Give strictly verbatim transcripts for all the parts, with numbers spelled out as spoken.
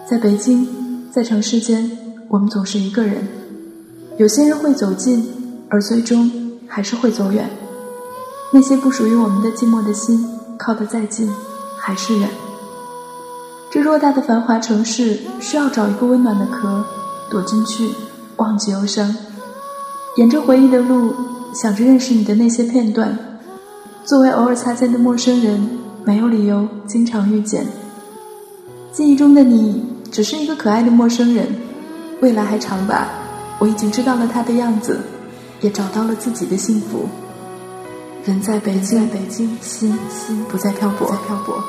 在北京，在城市间，我们总是一个人，有些人会走近，而最终还是会走远。那些不属于我们的寂寞的心，靠得再近还是远。这偌大的繁华城市，需要找一个温暖的壳躲进去，忘记忧伤。沿着回忆的路，想着认识你的那些片段。作为偶尔擦肩的陌生人，没有理由经常遇见。记忆中的你只是一个可爱的陌生人，未来还长吧，我已经知道了他的样子，也找到了自己的幸福。人在北京，北京，心心不再漂泊，漂泊。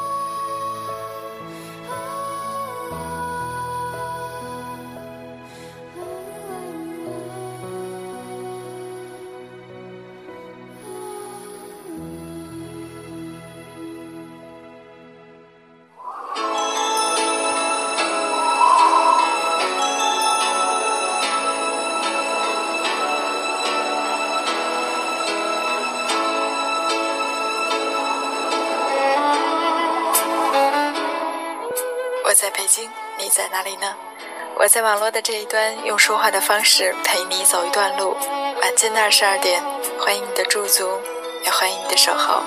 我在北京，你在哪里呢？我在网络的这一端，用说话的方式陪你走一段路。晚间的二十二点，欢迎你的驻足，也欢迎你的守候。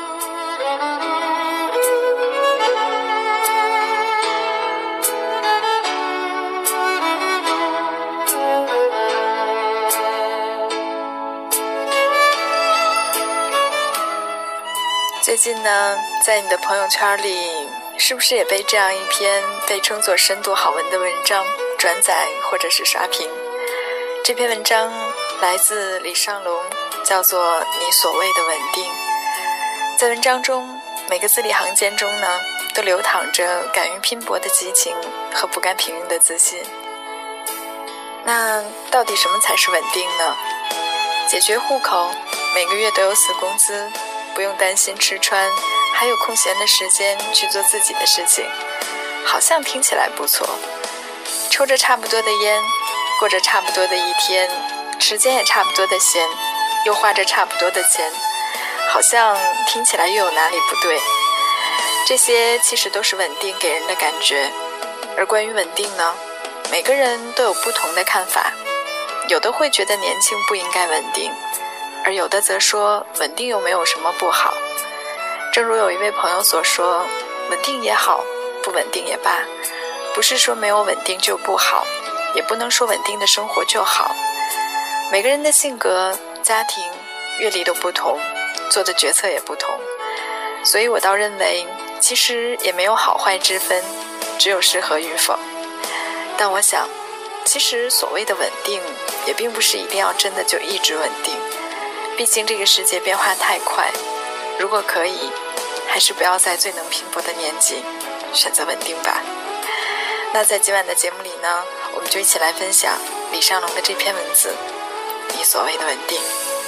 最近呢，在你的朋友圈里，是不是也被这样一篇被称作深度好文的文章转载或者是刷屏？这篇文章来自李尚龙，叫做《你所谓的稳定》。在文章中，每个字里行间中呢，都流淌着敢于拼搏的激情和不甘平庸的自信。那到底什么才是稳定呢？解决户口，每个月都有死工资，不用担心吃穿，还有空闲的时间去做自己的事情，好像听起来不错。抽着差不多的烟，过着差不多的一天，时间也差不多的闲，又花着差不多的钱，好像听起来又有哪里不对。这些其实都是稳定给人的感觉。而关于稳定呢，每个人都有不同的看法。有的会觉得年轻不应该稳定，而有的则说稳定又没有什么不好。正如有一位朋友所说，稳定也好，不稳定也罢，不是说没有稳定就不好，也不能说稳定的生活就好。每个人的性格、家庭、阅历都不同，做的决策也不同，所以我倒认为其实也没有好坏之分，只有适合与否。但我想，其实所谓的稳定也并不是一定要真的就一直稳定，毕竟这个世界变化太快，如果可以，还是不要在最能拼搏的年纪选择稳定吧。那在今晚的节目里呢，我们就一起来分享李尚龙的这篇文字，你所谓的稳定。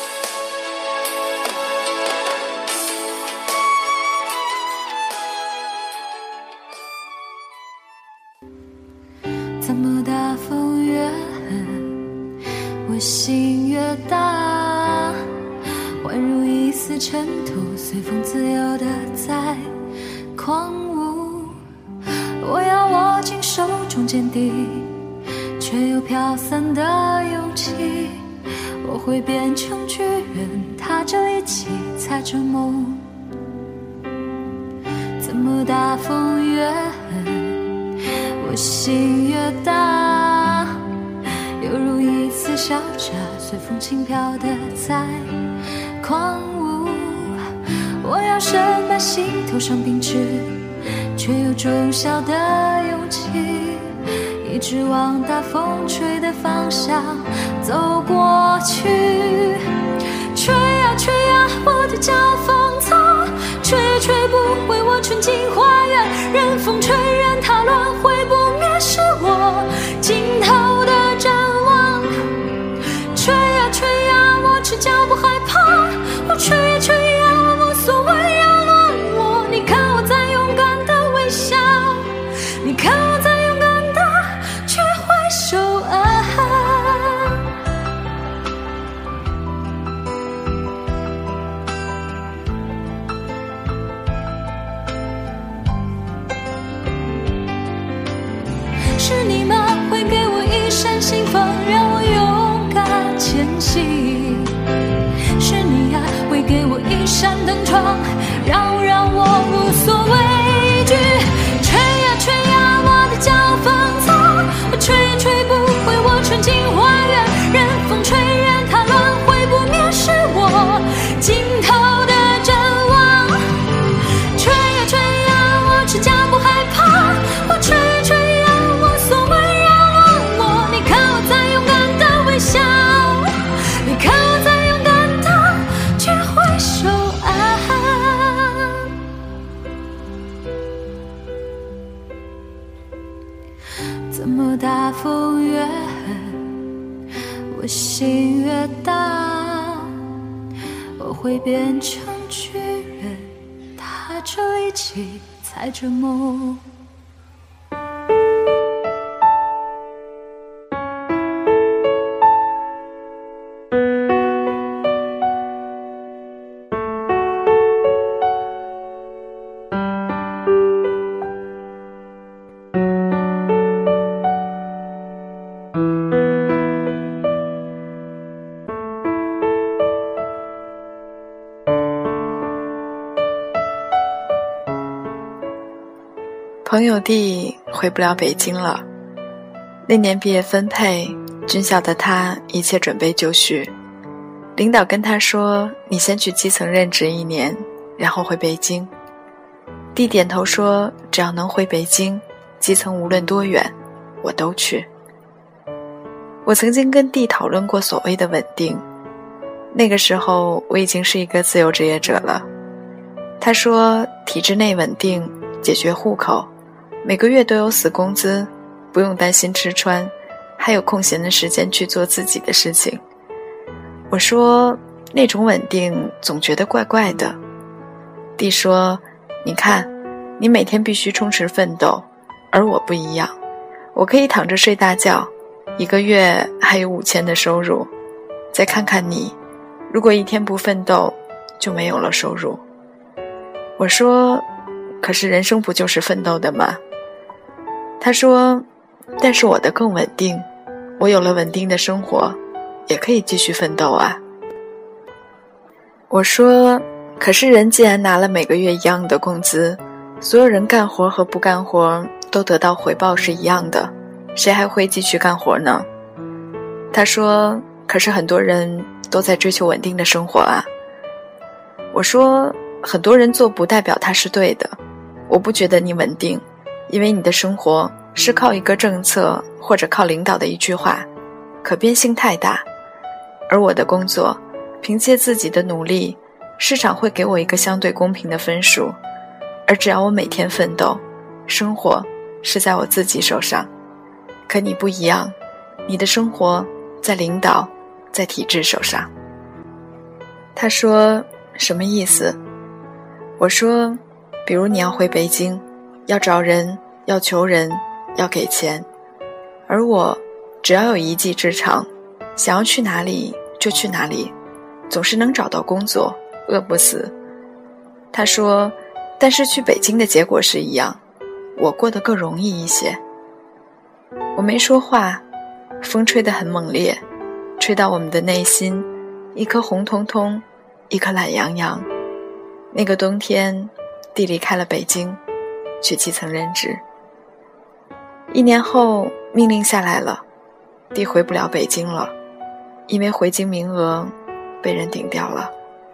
怎么大风越狠，我心越大，宛如一丝尘土，随风自由地在狂舞。我要握紧手中坚定却又飘散的勇气，我会变成巨人，踏着一起踩着梦。怎么大风越狠，我心越大，犹如一丝小芽，随风轻飘地在狂舞。我要深埋心头上秉持却又忠孝的勇气，一直往大风吹的方向走过去。吹啊吹啊，我的脚风擦，吹吹不回我纯净花园，任风吹任它乱，会不灭是我尽头的展望。吹啊吹啊，我赤脚不害怕，我吹啊吹啊，我无所谓要乱我。你看我在勇敢的微笑，你看我在勇敢的去挥手啊。 怎么大风越狠，我心越大，我会变成巨人，踏着力气，踩着梦。 朋友弟回不了北京了，那年毕业分配，军校的他一切准备就绪。领导跟他说，你先去基层任职一年，然后回北京。弟点头说，只要能回北京，基层无论多远，我都去。我曾经跟弟讨论过所谓的稳定，那个时候我已经是一个自由职业者了。他说，体制内稳定，解决户口，每个月都有死工资，不用担心吃穿，还有空闲的时间去做自己的事情。我说，那种稳定总觉得怪怪的。弟说，你看，你每天必须充实奋斗，而我不一样，我可以躺着睡大觉，一个月还有五千的收入。再看看你，如果一天不奋斗，就没有了收入。我说，可是人生不就是奋斗的吗？他说，但是我的更稳定，我有了稳定的生活，也可以继续奋斗啊。我说，可是人既然拿了每个月一样的工资，所有人干活和不干活都得到回报是一样的，谁还会继续干活呢？他说，可是很多人都在追求稳定的生活啊。我说，很多人做不代表他是对的，我不觉得你稳定，因为你的生活是靠一个政策或者靠领导的一句话，可变性太大。而我的工作，凭借自己的努力，市场会给我一个相对公平的分数，而只要我每天奋斗，生活是在我自己手上。可你不一样，你的生活在领导，在体制手上。他说，什么意思？我说，比如你要回北京，要找人，要求人，要给钱，而我只要有一技之长，想要去哪里就去哪里，总是能找到工作，饿不死。他说，但是去北京的结果是一样，我过得更容易一些。我没说话，风吹得很猛烈，吹到我们的内心，一颗红彤彤，一颗懒洋洋。那个冬天，弟离开了北京，去基层任职。一年后，命令下来了，弟回不了北京了，因为回京名额被人顶掉了。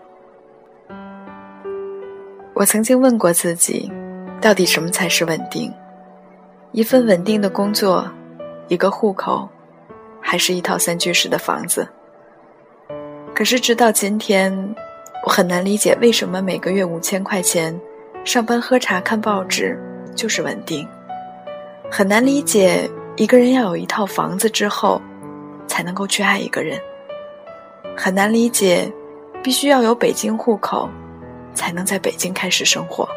我曾经问过自己，到底什么才是稳定？一份稳定的工作，一个户口，还是一套三居室的房子？可是直到今天，我很难理解为什么每个月五千块钱，上班喝茶看报纸就是稳定。很难理解一个人要有一套房子之后，才能够去爱一个人。很难理解必须要有北京户口，才能在北京开始生活。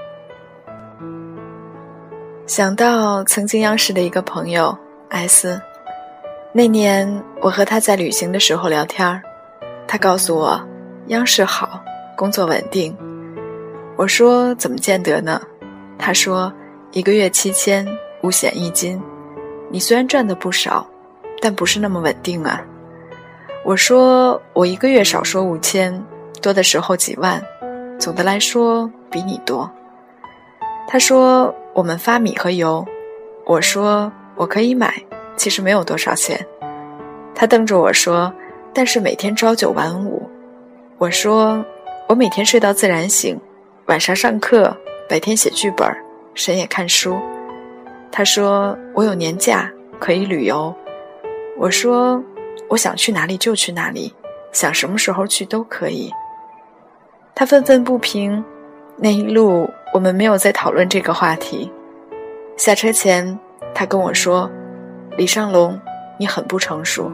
想到曾经央视的一个朋友 S， 那年我和他在旅行的时候聊天，他告诉我央视好，工作稳定。我说怎么见得呢？他说一个月七千，五险一金，你虽然赚得不少，但不是那么稳定啊。我说我一个月少说五千，多的时候几万，总的来说比你多。他说我们发米和油，我说我可以买，其实没有多少钱。他瞪着我说，但是每天朝九晚五。我说我每天睡到自然醒，晚上上课，白天写剧本，深夜看书。他说我有年假，可以旅游。我说我想去哪里就去哪里，想什么时候去都可以。他愤愤不平，那一路我们没有再讨论这个话题。下车前他跟我说， 李尚龙，你很不成熟。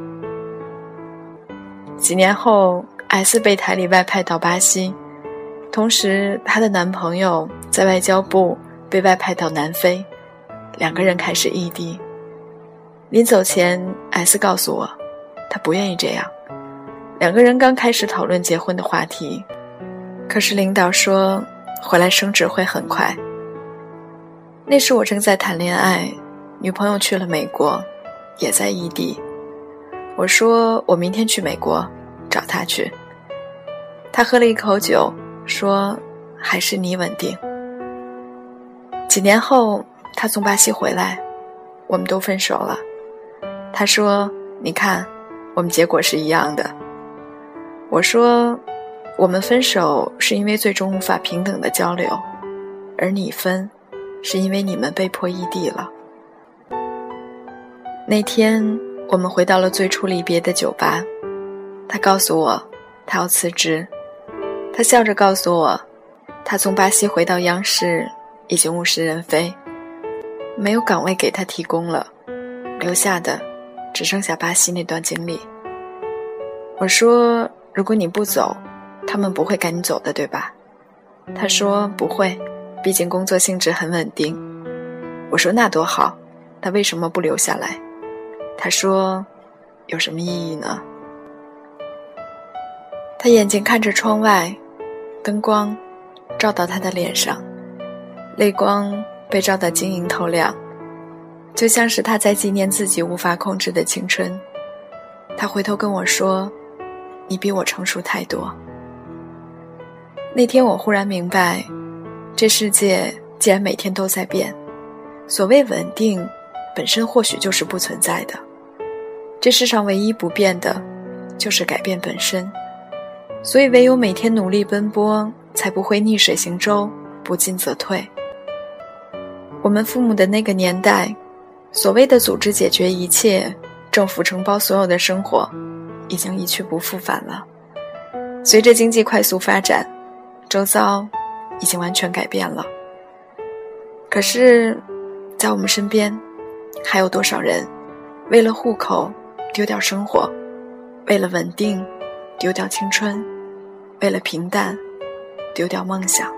几年后 S 被台里外派到巴西，同时她的男朋友在外交部被外派到南非，两个人开始异地。临走前 S 告诉我，她不愿意这样。两个人刚开始讨论结婚的话题，可是领导说回来升职会很快。那时我正在谈恋爱，女朋友去了美国，也在异地。我说我明天去美国找她去。她喝了一口酒，说还是你稳定。几年后她从巴西回来，我们都分手了。她说你看，我们结果是一样的。我说我们分手是因为最终无法平等的交流，而你分是因为你们被迫异地了。那天我们回到了最初离别的酒吧，他告诉我他要辞职。他笑着告诉我，他从巴西回到央视已经物是人非，没有岗位给他提供了，留下的只剩下巴西那段经历。我说如果你不走，他们不会赶你走的，对吧？他说不会，毕竟工作性质很稳定。我说那多好，他为什么不留下来？他说有什么意义呢？他眼睛看着窗外，灯光照到他的脸上，泪光被照得晶莹透亮，就像是他在纪念自己无法控制的青春。他回头跟我说，你比我成熟太多。那天我忽然明白，这世界既然每天都在变，所谓稳定本身或许就是不存在的。这世上唯一不变的就是改变本身，所以唯有每天努力奔波，才不会逆水行舟，不进则退。我们父母的那个年代，所谓的组织解决一切，政府承包所有的生活，已经一去不复返了。随着经济快速发展，周遭已经完全改变了。可是在我们身边，还有多少人为了户口丢掉生活，为了稳定丢掉青春，为了平淡丢掉梦想。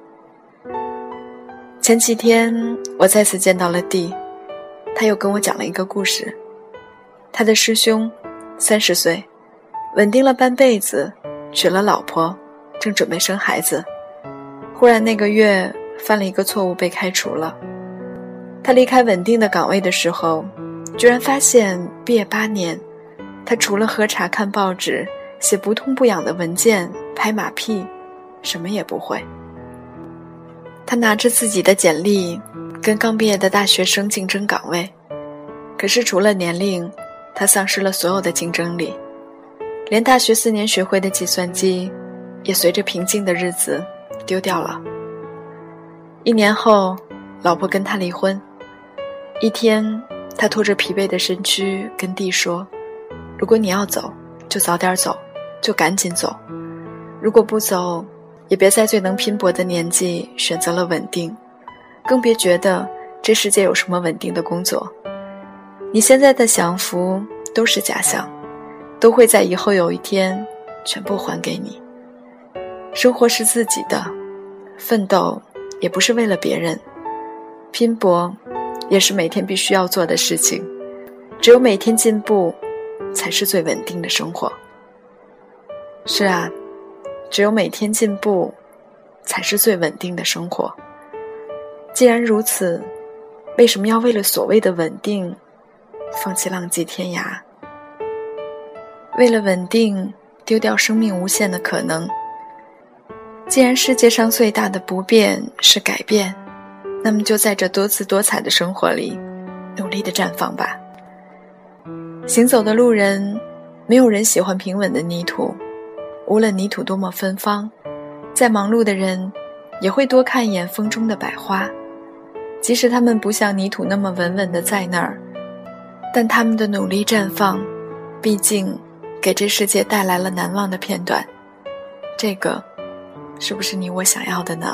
前几天我再次见到了弟，他又跟我讲了一个故事。他的师兄三十岁，稳定了半辈子，娶了老婆，正准备生孩子，忽然那个月犯了一个错误，被开除了。他离开稳定的岗位的时候，居然发现毕业八年，他除了喝茶看报纸写不痛不痒的文件拍马屁，什么也不会。他拿着自己的简历跟刚毕业的大学生竞争岗位，可是除了年龄，他丧失了所有的竞争力，连大学四年学会的计算机也随着平静的日子丢掉了。一年后，老婆跟他离婚。一天，他拖着疲惫的身躯跟弟说，如果你要走，就早点走，就赶紧走，如果不走，也别在最能拼搏的年纪选择了稳定，更别觉得这世界有什么稳定的工作。你现在的享福都是假象，都会在以后有一天全部还给你。生活是自己的，奋斗也不是为了别人，拼搏也是每天必须要做的事情。只有每天进步，才是最稳定的生活。是啊，只有每天进步，才是最稳定的生活。既然如此，为什么要为了所谓的稳定，放弃浪迹天涯？为了稳定，丢掉生命无限的可能。既然世界上最大的不变是改变，那么就在这多姿多彩的生活里，努力地绽放吧。行走的路人，没有人喜欢平稳的泥土，无论泥土多么芬芳，再忙碌的人也会多看一眼风中的百花。即使他们不像泥土那么稳稳地在那儿，但他们的努力绽放，毕竟给这世界带来了难忘的片段。这个是不是你我想要的呢？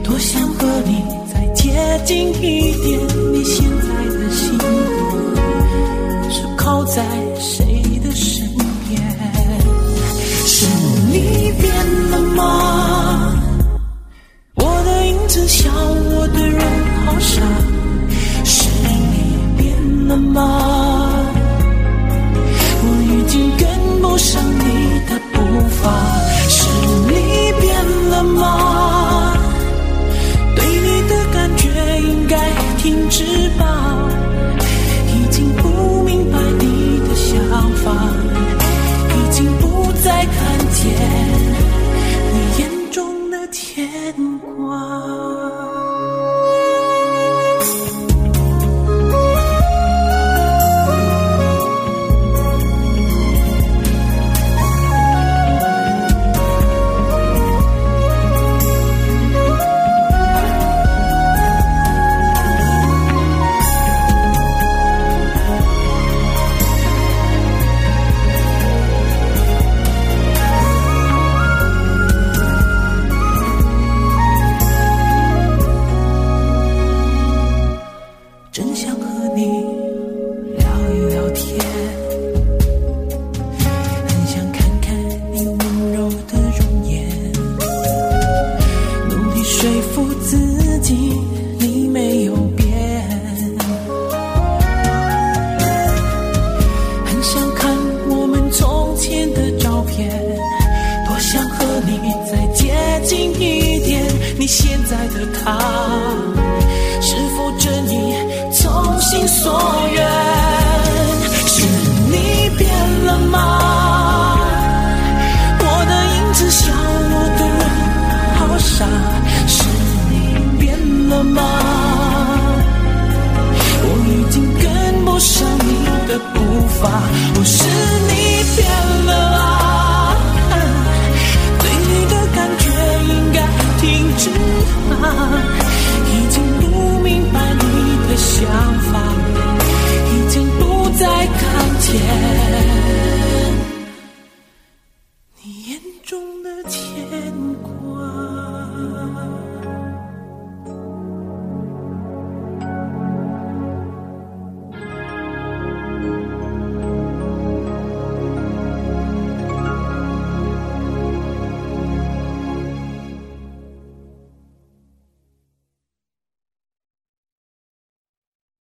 多想和你再接近一点，你现在的心是靠在谁的身边？是你变了吗？我的影子笑我对人好傻，是你变了吗？我已经跟不上你的步伐，是你变了吗？对你的感觉应该停止吧，已经不明白你的想法，已经不再看见你眼中的牵挂。真想和你聊一聊天，很想看看你温柔的容颜，努力说服自己你没有变，很想看我们从前的照片，多想和你再接近一点，你现在的他是否真你从心所愿？是你变了吗？我的影子笑我的人好傻，是你变了吗？我已经跟不上你的步伐，我是你变了啊，对你的感觉应该停止啊，